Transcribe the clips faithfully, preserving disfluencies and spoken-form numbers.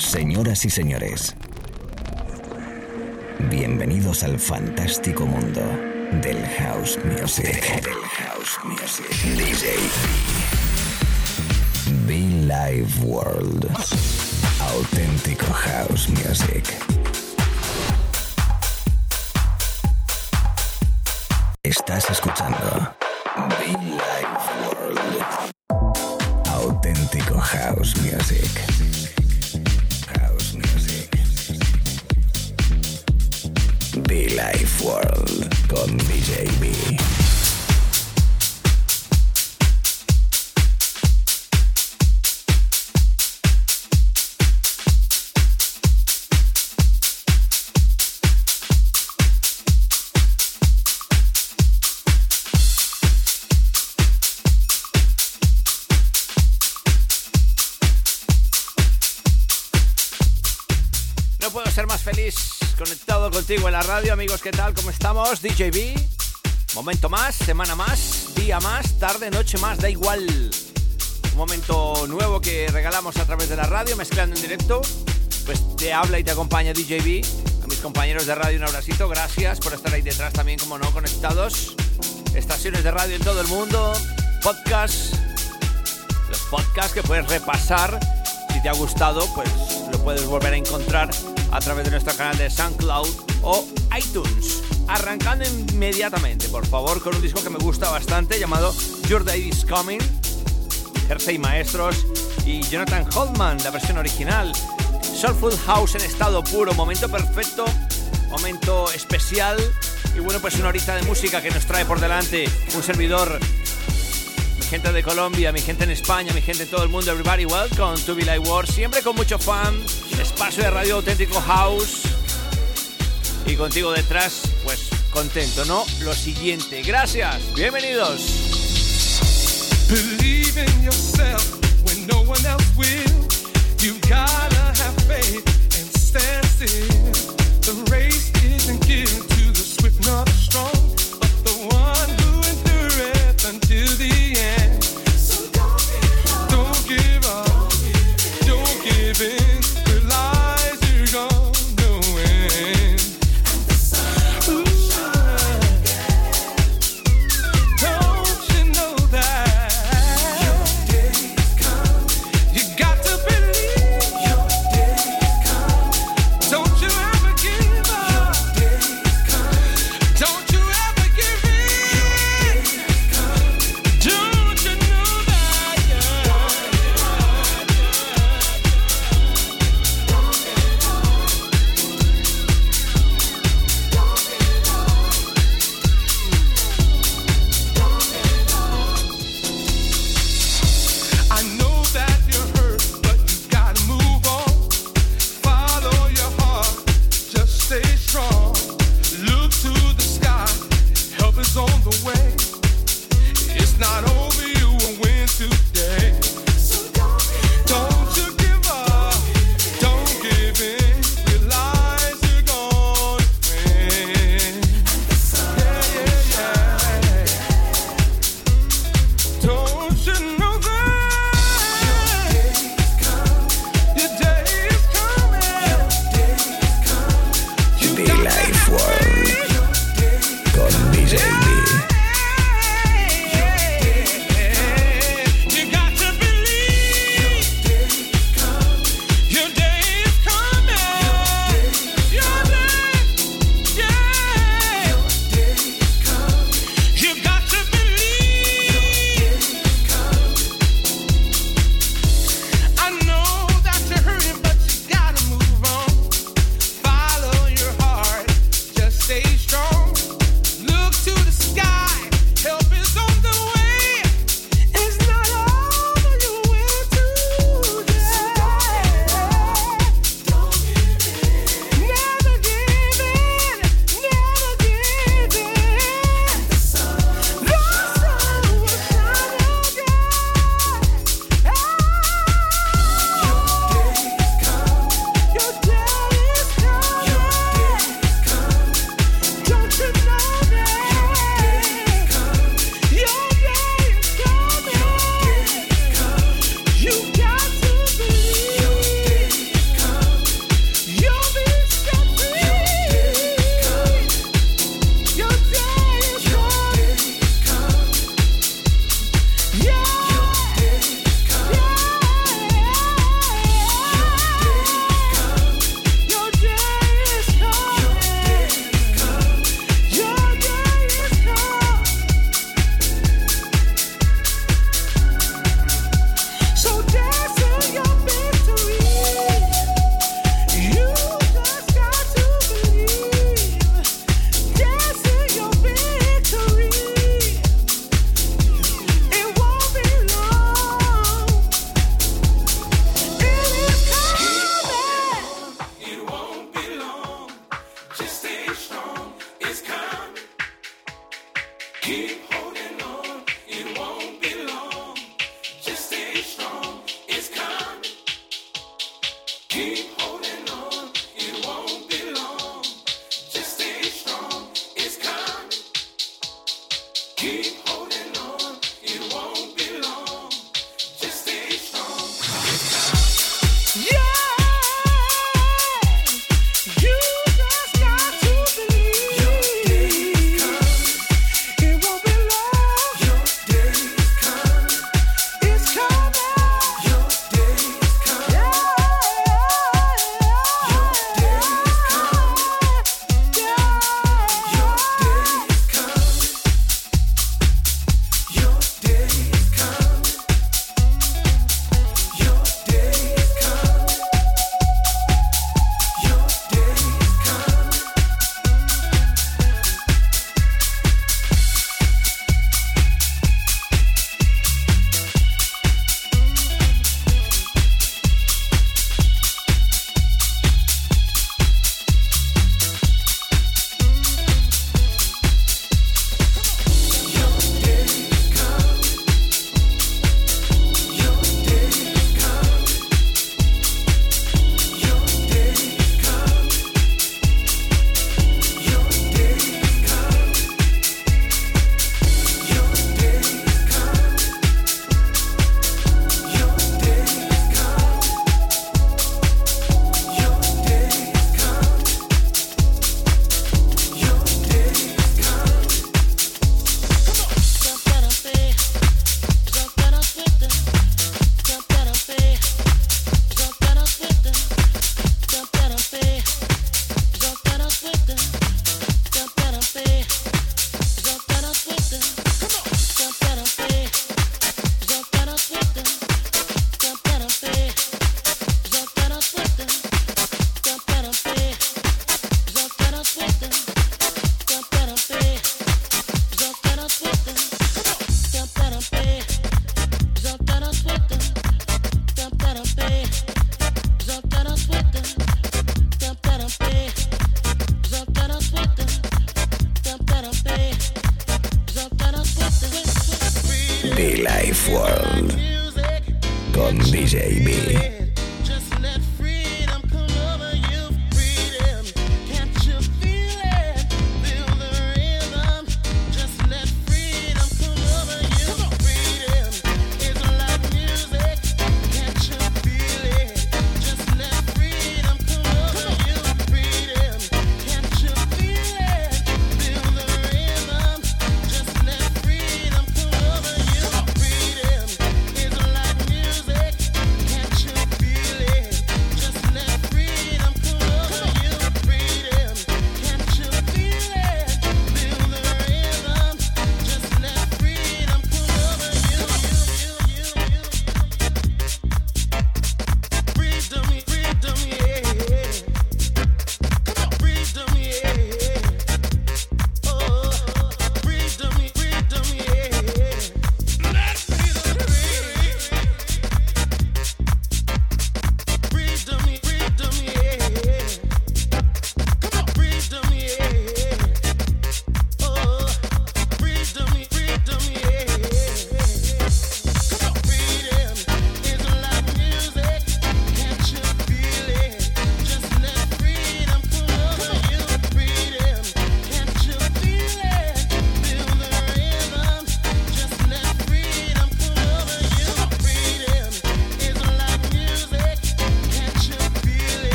Señoras y señores, bienvenidos al fantástico mundo del house music. Del house music. D J B Live World. Auténtico house music. Estás escuchando B Live World. Auténtico house music. The Life World con D J B. No puedo ser más feliz conectado contigo en la radio. Amigos, ¿qué tal? ¿Cómo estamos? D J B. Momento más, semana más, día más, tarde, noche más, da igual. Un momento nuevo que regalamos a través de la radio, mezclando en directo. Pues te habla y te acompaña D J B. A mis compañeros de radio un abracito. Gracias por estar ahí detrás también, como no, conectados. Estaciones de radio en todo el mundo. Podcasts. Los podcasts que puedes repasar. Si te ha gustado, pues lo puedes volver a encontrar a través de nuestro canal de SoundCloud o iTunes. Arrancando inmediatamente, por favor, con un disco que me gusta bastante llamado Your Day Is Coming. Jersey Maestros y Jonathan Holtman, la versión original. Soulful House en estado puro, momento perfecto, momento especial. Y bueno, pues una horita de música que nos trae por delante un servidor. Mi gente de Colombia, mi gente en España, mi gente en todo el mundo. Everybody welcome to Be Live World. Siempre con mucho fan. Espacio de radio auténtico house. Y contigo detrás, pues contento, ¿no? Lo siguiente. Gracias. Bienvenidos. Believe in yourself when no one else will. You gotta have faith and stand still. The race isn't given to the swift nor the strong, but the one who endureth until the end. So don't give up. Don't give up. Don't give in. Realize you're gonna win. And the sun will shine again. Don't you know that your day is coming? You got to believe your day is coming. Don't you ever give up. Your day is coming. Don't you ever give in. Your day is coming. Don't you know that? Yeah. Life World con D J B.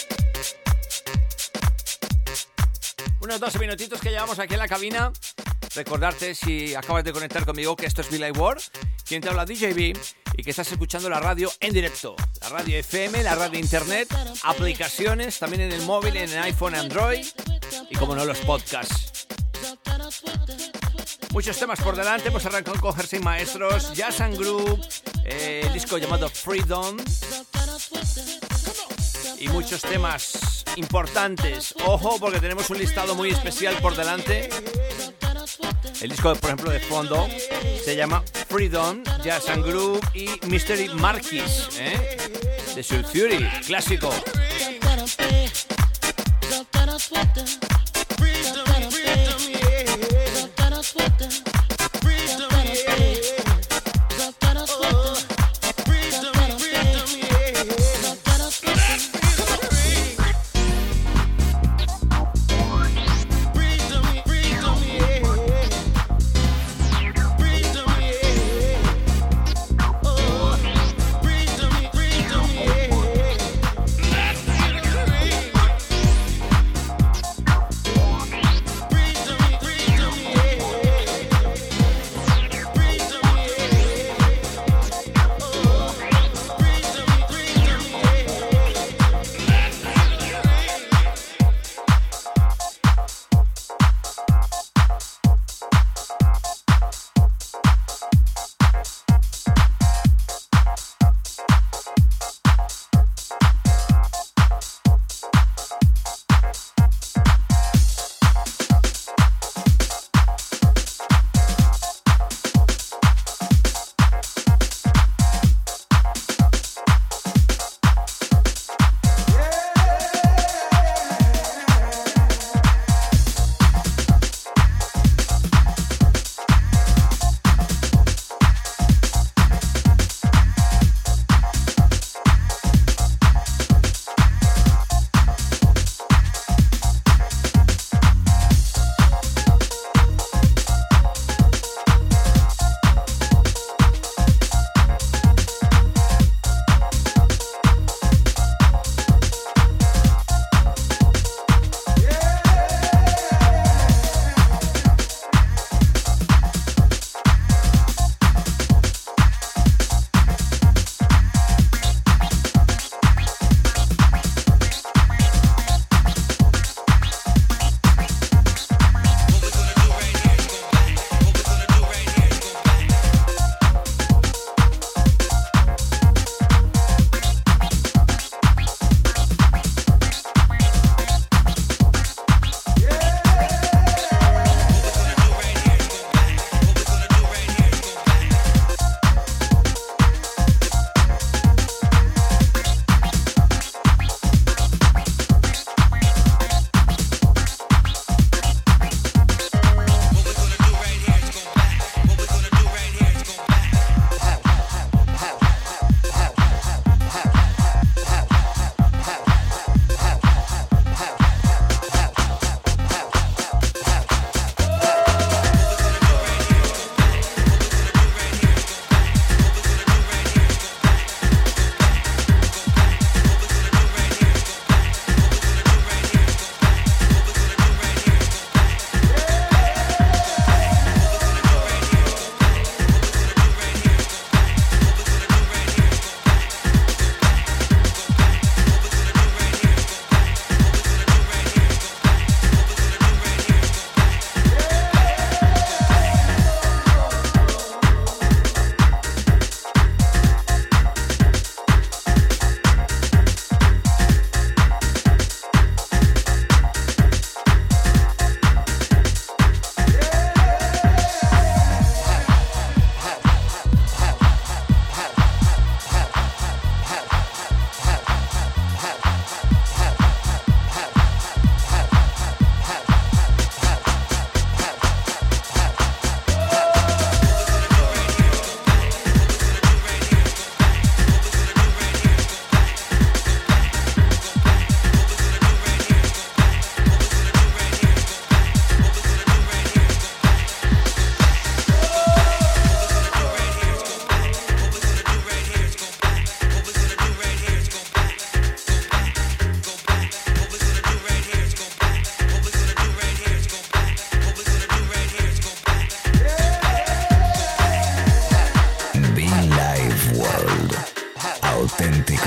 Unos doce minutitos que llevamos aquí en la cabina Recordarte, si acabas de conectar conmigo, que esto es Billy Ward, quien te habla D J B, y que estás escuchando la radio en directo. La radio F M, la radio internet, aplicaciones, también en el móvil, en el iPhone, Android, y como no, los podcasts. Muchos temas por delante. Hemos arrancado con Jersey Maestros, Jazz and Groove, eh, el disco llamado Freedom, y muchos temas importantes. Ojo, porque tenemos un listado muy especial por delante. El disco, por ejemplo, de fondo se llama Freedom, Jazz and Groove y Mystery Marquis, ¿eh? de Soul Fury, clásico.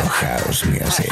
House Music.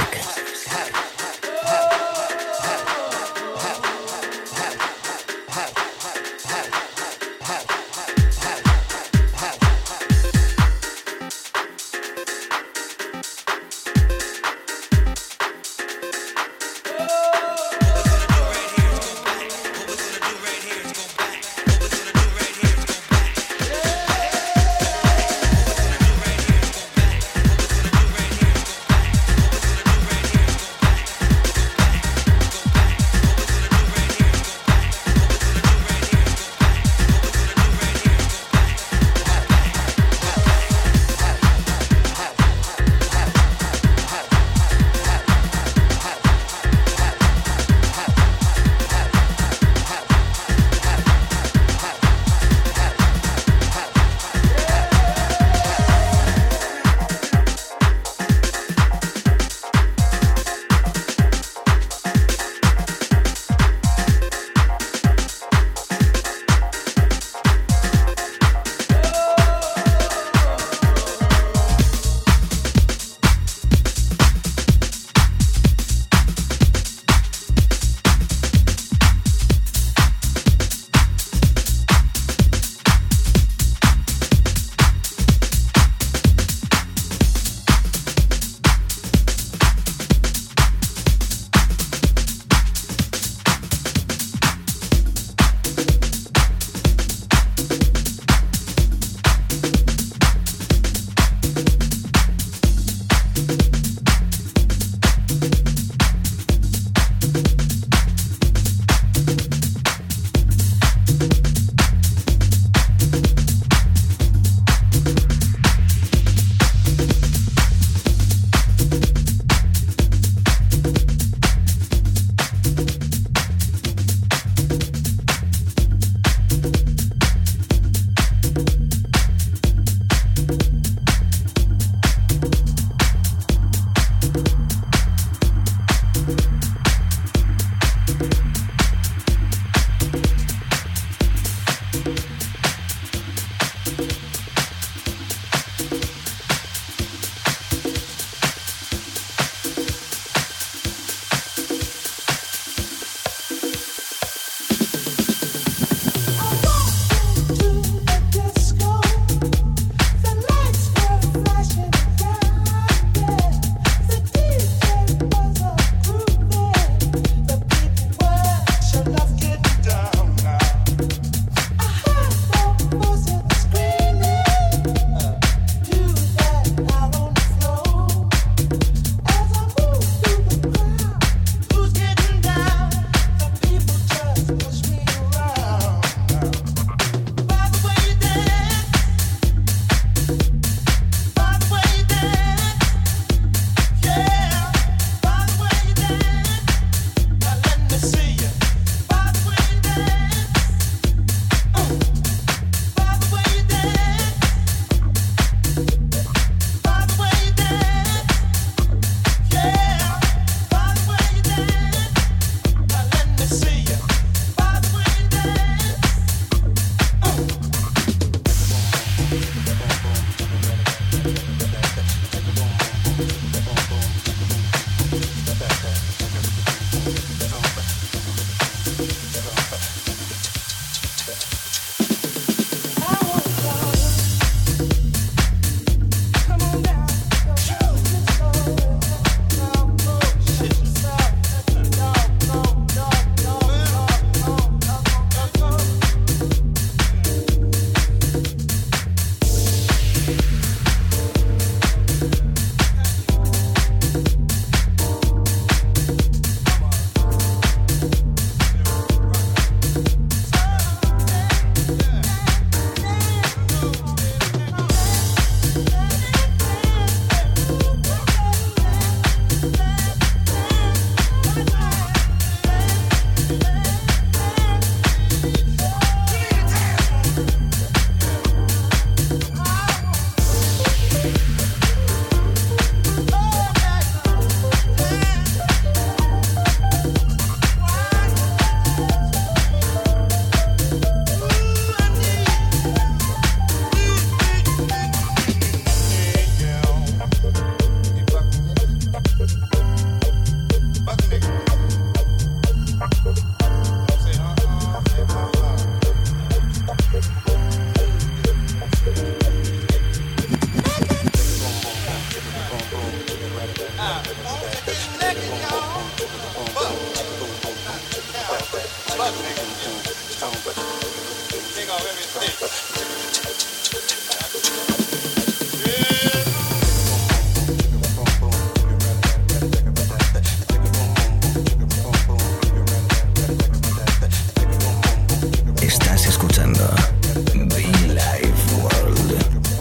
Estás escuchando V-Live World.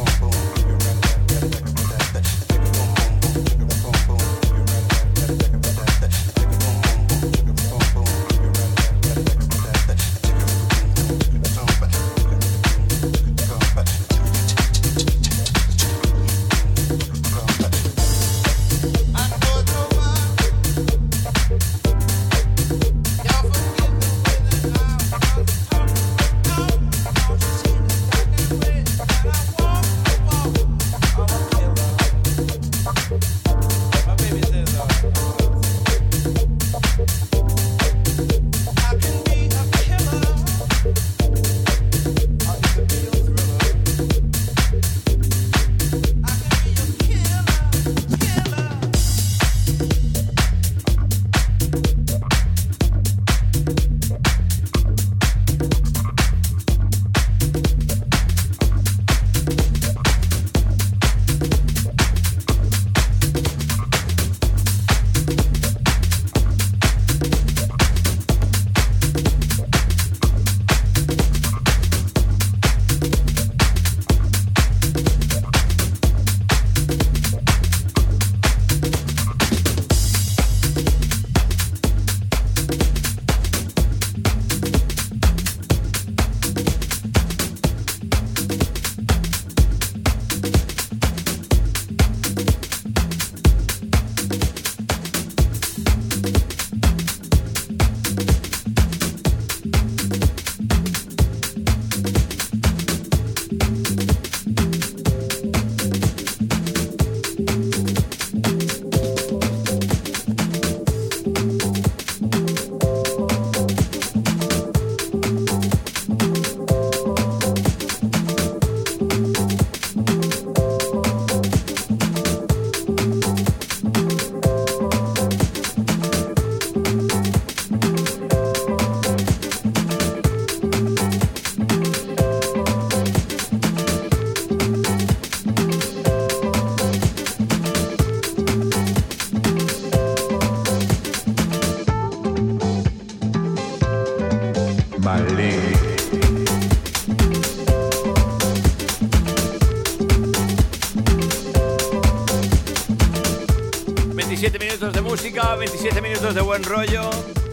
veintisiete minutos de música, veintisiete minutos de buen rollo.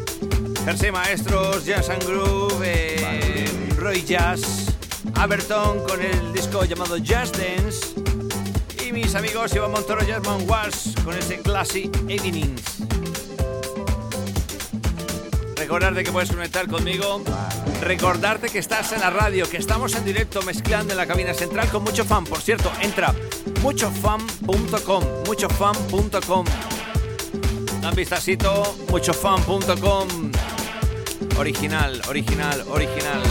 Jersey Maestros, Jazz and Groove, eh, Roy Jazz, Aberton con el disco llamado Jazz Dance. Y mis amigos Iván Montoro, Jasmine Walsh con ese Classy Evenings. Recordarte que puedes conectar conmigo. Recordarte que estás en la radio, que estamos en directo mezclando en la cabina central con Mucho Fan. Por cierto, entra mucho fan punto com, mucho fan punto com. Da un vistacito, mucho fan punto com. Original, original, original.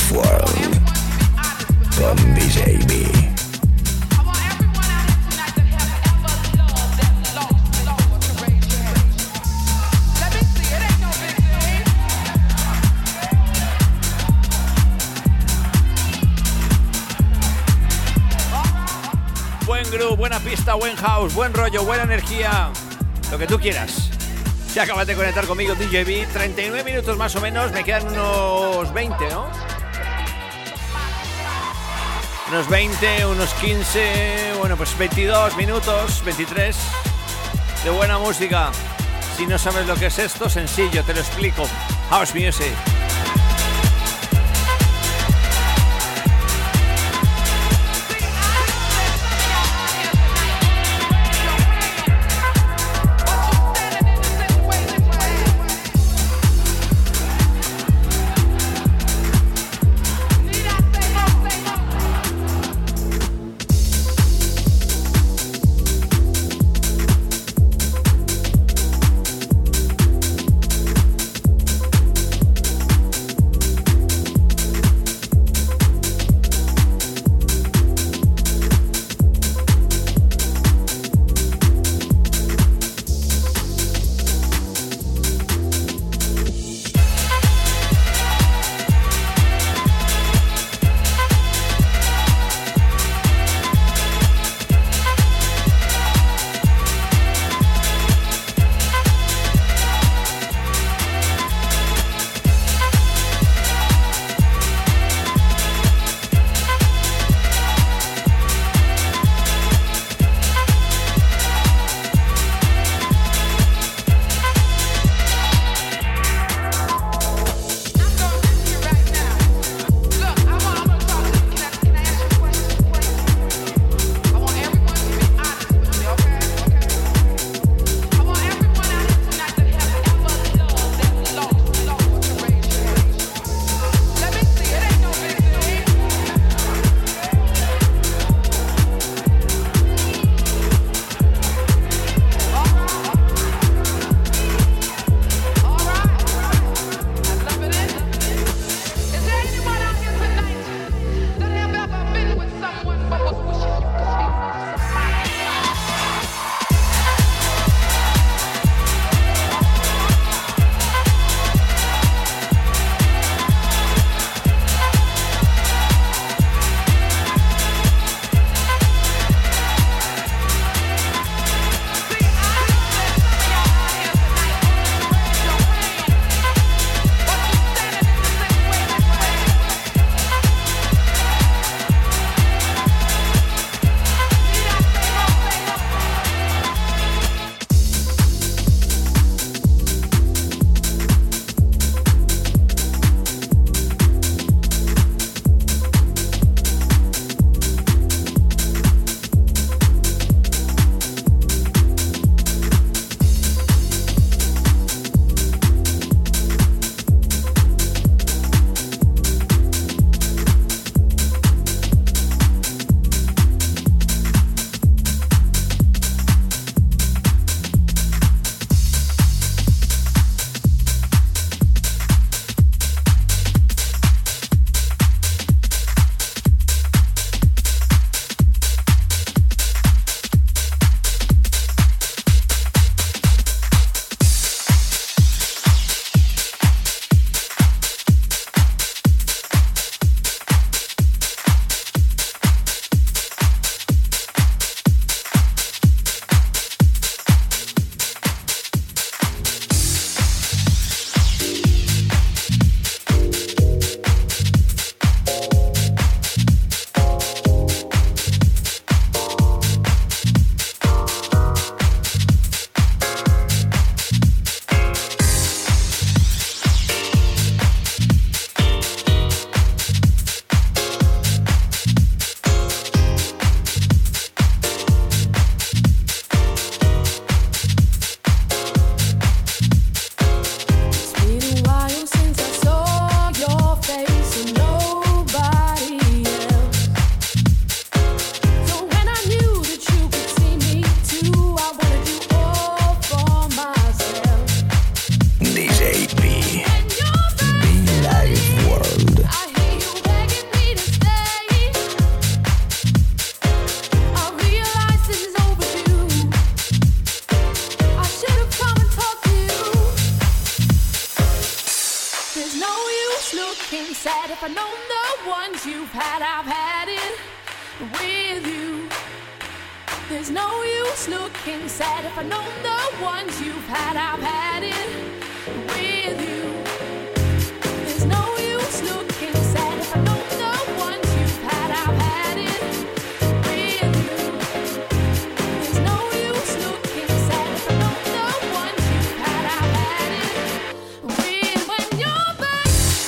Dance World con D J B. Buen groove, buena pista, buen house, buen rollo, buena energía, lo que tú quieras. Si acabas de conectar conmigo, D J B, treinta y nueve minutos más o menos, me quedan unos veinte, ¿no? Unos veinte, unos quince, bueno, pues veintidós minutos, veintitrés de buena música. Si no sabes lo que es esto, sencillo, te lo explico. House Music. ones you've had, I've had it with you. There's no use looking sad. If I know the ones you've had, I've had it with you. There's no use looking sad. If I know the ones you've had, I've had it with you. There's no use looking sad. If I know the ones you've had, I've had it with. When you're back,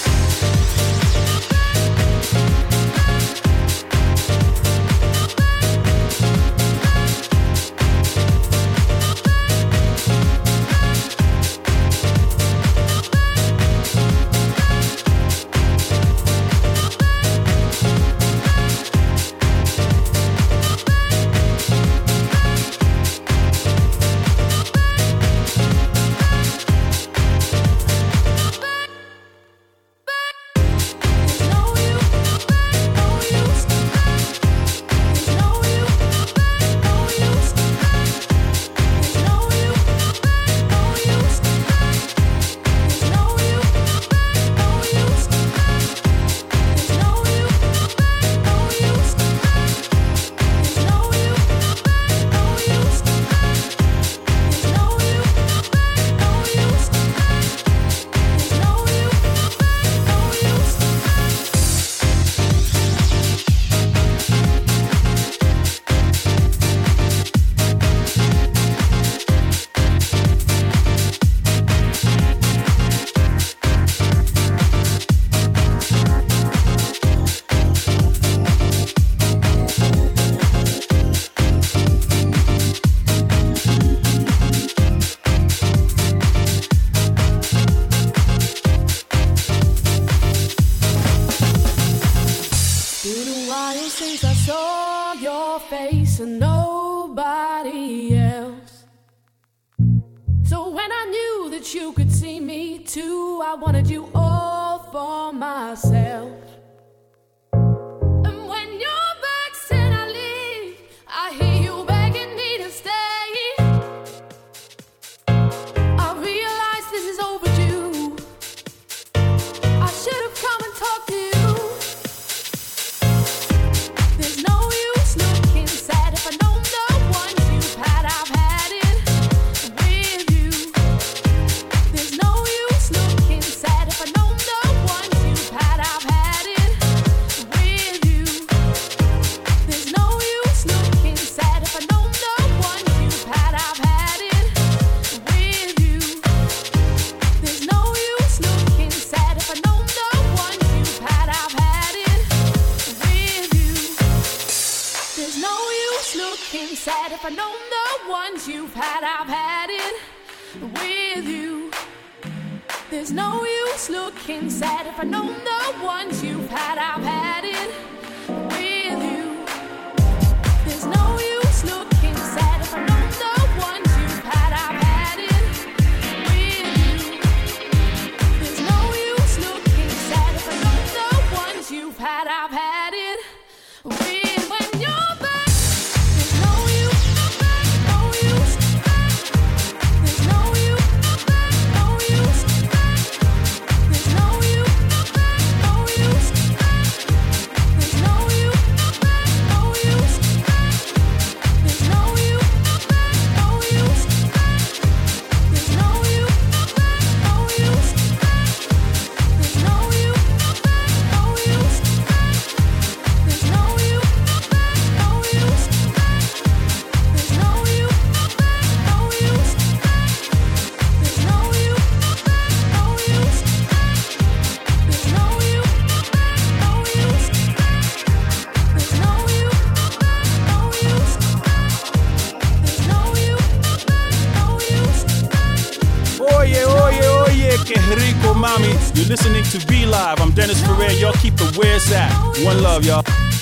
You're listening to Be Live. I'm Dennis Ferrer. Y'all keep the where's at. One love, y'all.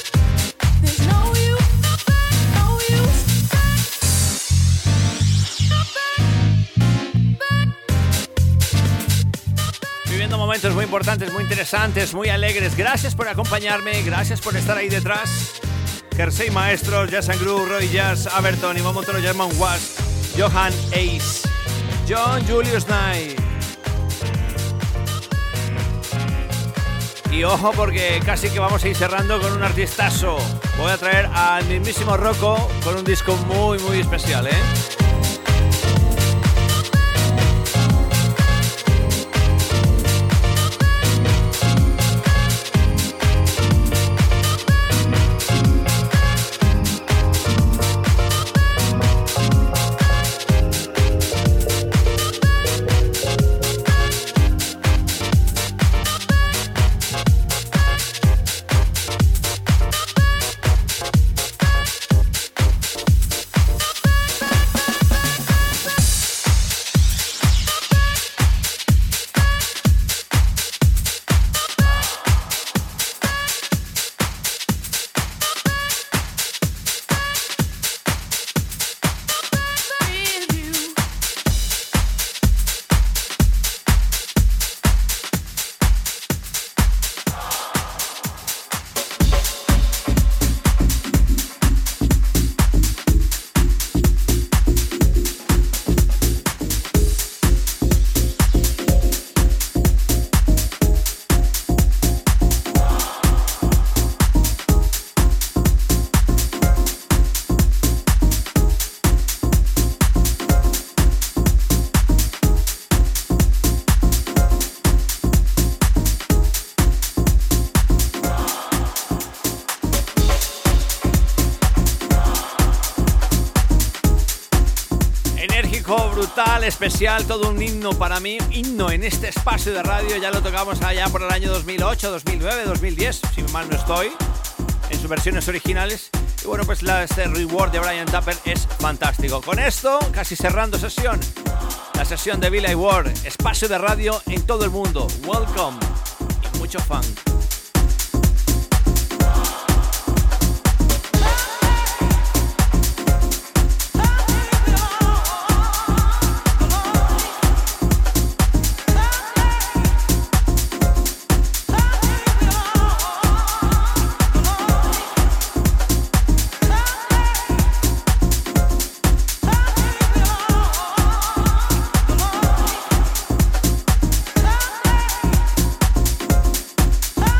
Viviendo momentos muy importantes, muy interesantes, muy alegres. Gracias por acompañarme, gracias por estar ahí detrás. Jersey Maestros, Jazz and Groove, Roy Jazz, Aberton, Iván Montero, German Was, Johan Ace, John Julius Knight. Y ojo porque casi que vamos a ir cerrando con un artistazo. Voy a traer al mismísimo Rocco con un disco muy muy especial, ¿eh? Brutal, especial, todo un himno para mí, himno en este espacio de radio. Ya lo tocamos allá por el año dos mil ocho, dos mil nueve, dos mil diez, si mal no estoy, en sus versiones originales. Y bueno, pues la, este Reward de Brian Tapper es fantástico. Con esto, casi cerrando sesión, la sesión de Billy Ward, espacio de radio en todo el mundo. Welcome y mucho funk. Oh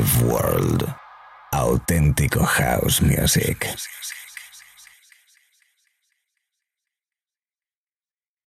World. Auténtico house music.